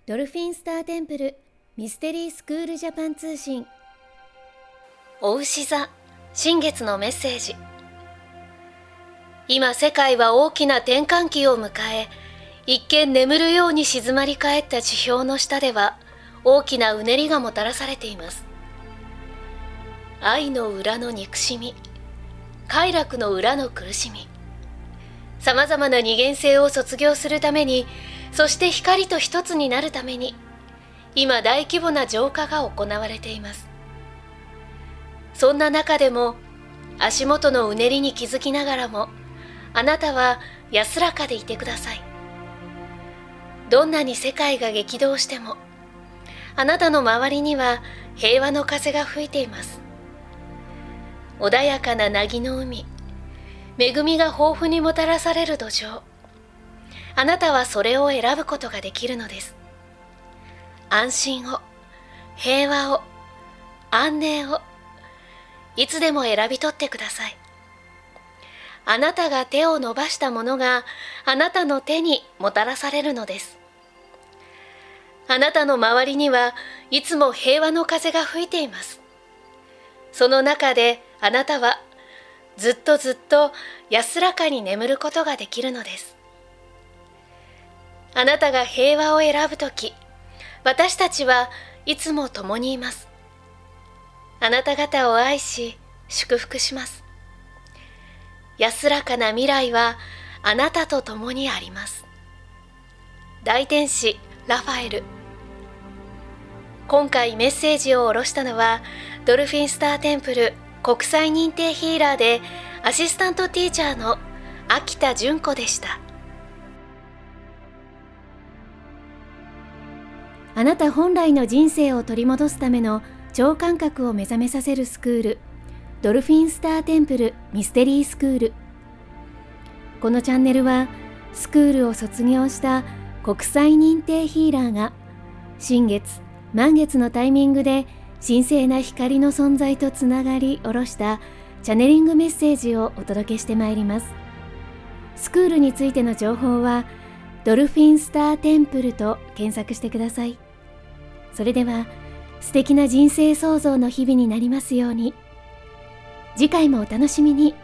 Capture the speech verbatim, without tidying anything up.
ドルフィンスターテンプルミステリースクールジャパン通信。お牛座新月のメッセージ。今世界は大きな転換期を迎え、一見眠るように静まり返った地表の下では大きなうねりがもたらされています。愛の裏の憎しみ、快楽の裏の苦しみ、さまざまな二元性を卒業するために、そして光と一つになるために、今大規模な浄化が行われています。そんな中でも足元のうねりに気づきながらも、あなたは安らかでいてください。どんなに世界が激動しても、あなたの周りには平和の風が吹いています。穏やかな凪の海、恵みが豊富にもたらされる土壌、あなたはそれを選ぶことができるのです。安心を、平和を、安寧を、いつでも選び取ってください。あなたが手を伸ばしたものがあなたの手にもたらされるのです。あなたの周りにはいつも平和の風が吹いています。その中であなたはずっとずっと安らかに眠ることができるのです。あなたが平和を選ぶとき、私たちはいつも共にいます。あなた方を愛し祝福します。安らかな未来はあなたと共にあります。大天使ラファエル。今回メッセージを下ろしたのは、ドルフィンスターテンプル国際認定ヒーラーでアシスタントティーチャーの秋田純子でした。あなた本来の人生を取り戻すための超感覚を目覚めさせるスクール、ドルフィンスターテンプルミステリースクール。このチャンネルはスクールを卒業した国際認定ヒーラーが新月満月のタイミングで神聖な光の存在とつながり下ろしたチャネリングメッセージをお届けしてまいります。スクールについての情報はドルフィンスターテンプルと検索してください。それでは素敵な人生創造の日々になりますように。次回もお楽しみに。